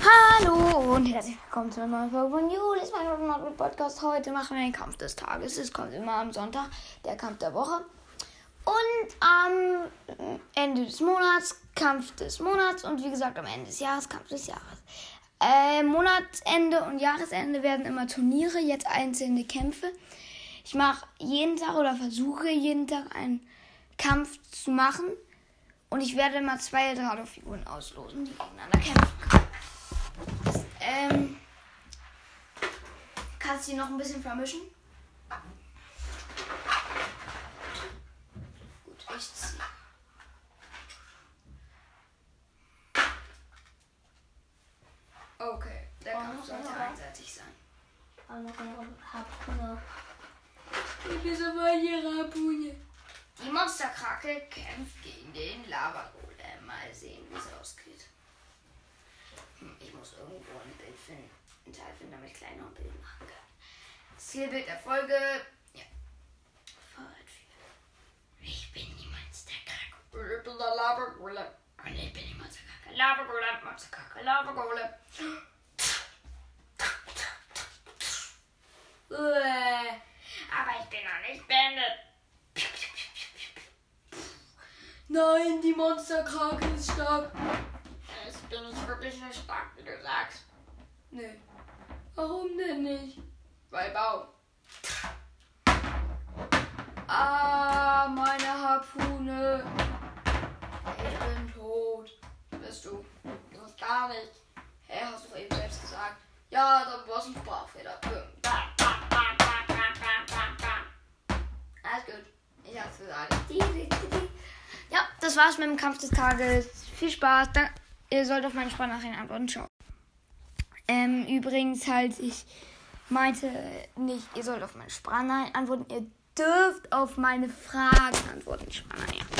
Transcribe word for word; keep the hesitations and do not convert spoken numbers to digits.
Hallo und herzlich willkommen zu einer neuen Folge von Julis mein Podcast. Heute machen wir den Kampf des Tages. Es kommt immer am Sonntag, der Kampf der Woche. Und am Ende des Monats, Kampf des Monats. Und wie gesagt, am Ende des Jahres, Kampf des Jahres. Äh, Monatsende und Jahresende werden immer Turniere, jetzt einzelne Kämpfe. Ich mache jeden Tag oder versuche jeden Tag einen Kampf zu machen. Und ich werde mal zwei Eldorado-Figuren auslosen, die gegeneinander kämpfen können. Ähm, kannst du die noch ein bisschen vermischen? Gut, ich ziehe. Okay, der Kampf sollte einseitig sein. Aber noch eine Harpune. Ich bin so bei ihrer Harpune. Die Monsterkrake kämpft gegen den Lava-Golem. Mal sehen, wie es ausgeht. Hm, ich muss irgendwo ein Bild finden, ein Teil finden, damit ich gleich noch ein Bild machen kann. Zielbild der Folge. Ja. Fahrrad vier. Ich bin die Monsterkrake. Ich bin der Lava-Golem. Und ich bin die Monsterkrake. Lava-Golem, Monsterkrake, Lava-Golem. Aber ich bin noch nicht beendet. Nein, die Monsterkrake ist stark. Jetzt bin ich wirklich nicht stark, wie du sagst. Nee. Warum denn nicht? Weil Bau. Ah, meine Harpune. Ich bin tot. Bist du? Du bist gar nicht. Hä, hast du eben selbst gesagt? Ja, dann war es ein Sprachfehler. Alles gut. Ich hab's gesagt. Ja, das war's mit dem Kampf des Tages. Viel Spaß. Dann, ihr sollt auf meine Sprachnachrichten antworten. Ciao. Ähm, übrigens halt, ich meinte nicht, ihr sollt auf meine Sprachnachrichten antworten. Ihr dürft auf meine Fragen antworten. Sprachnachrichten.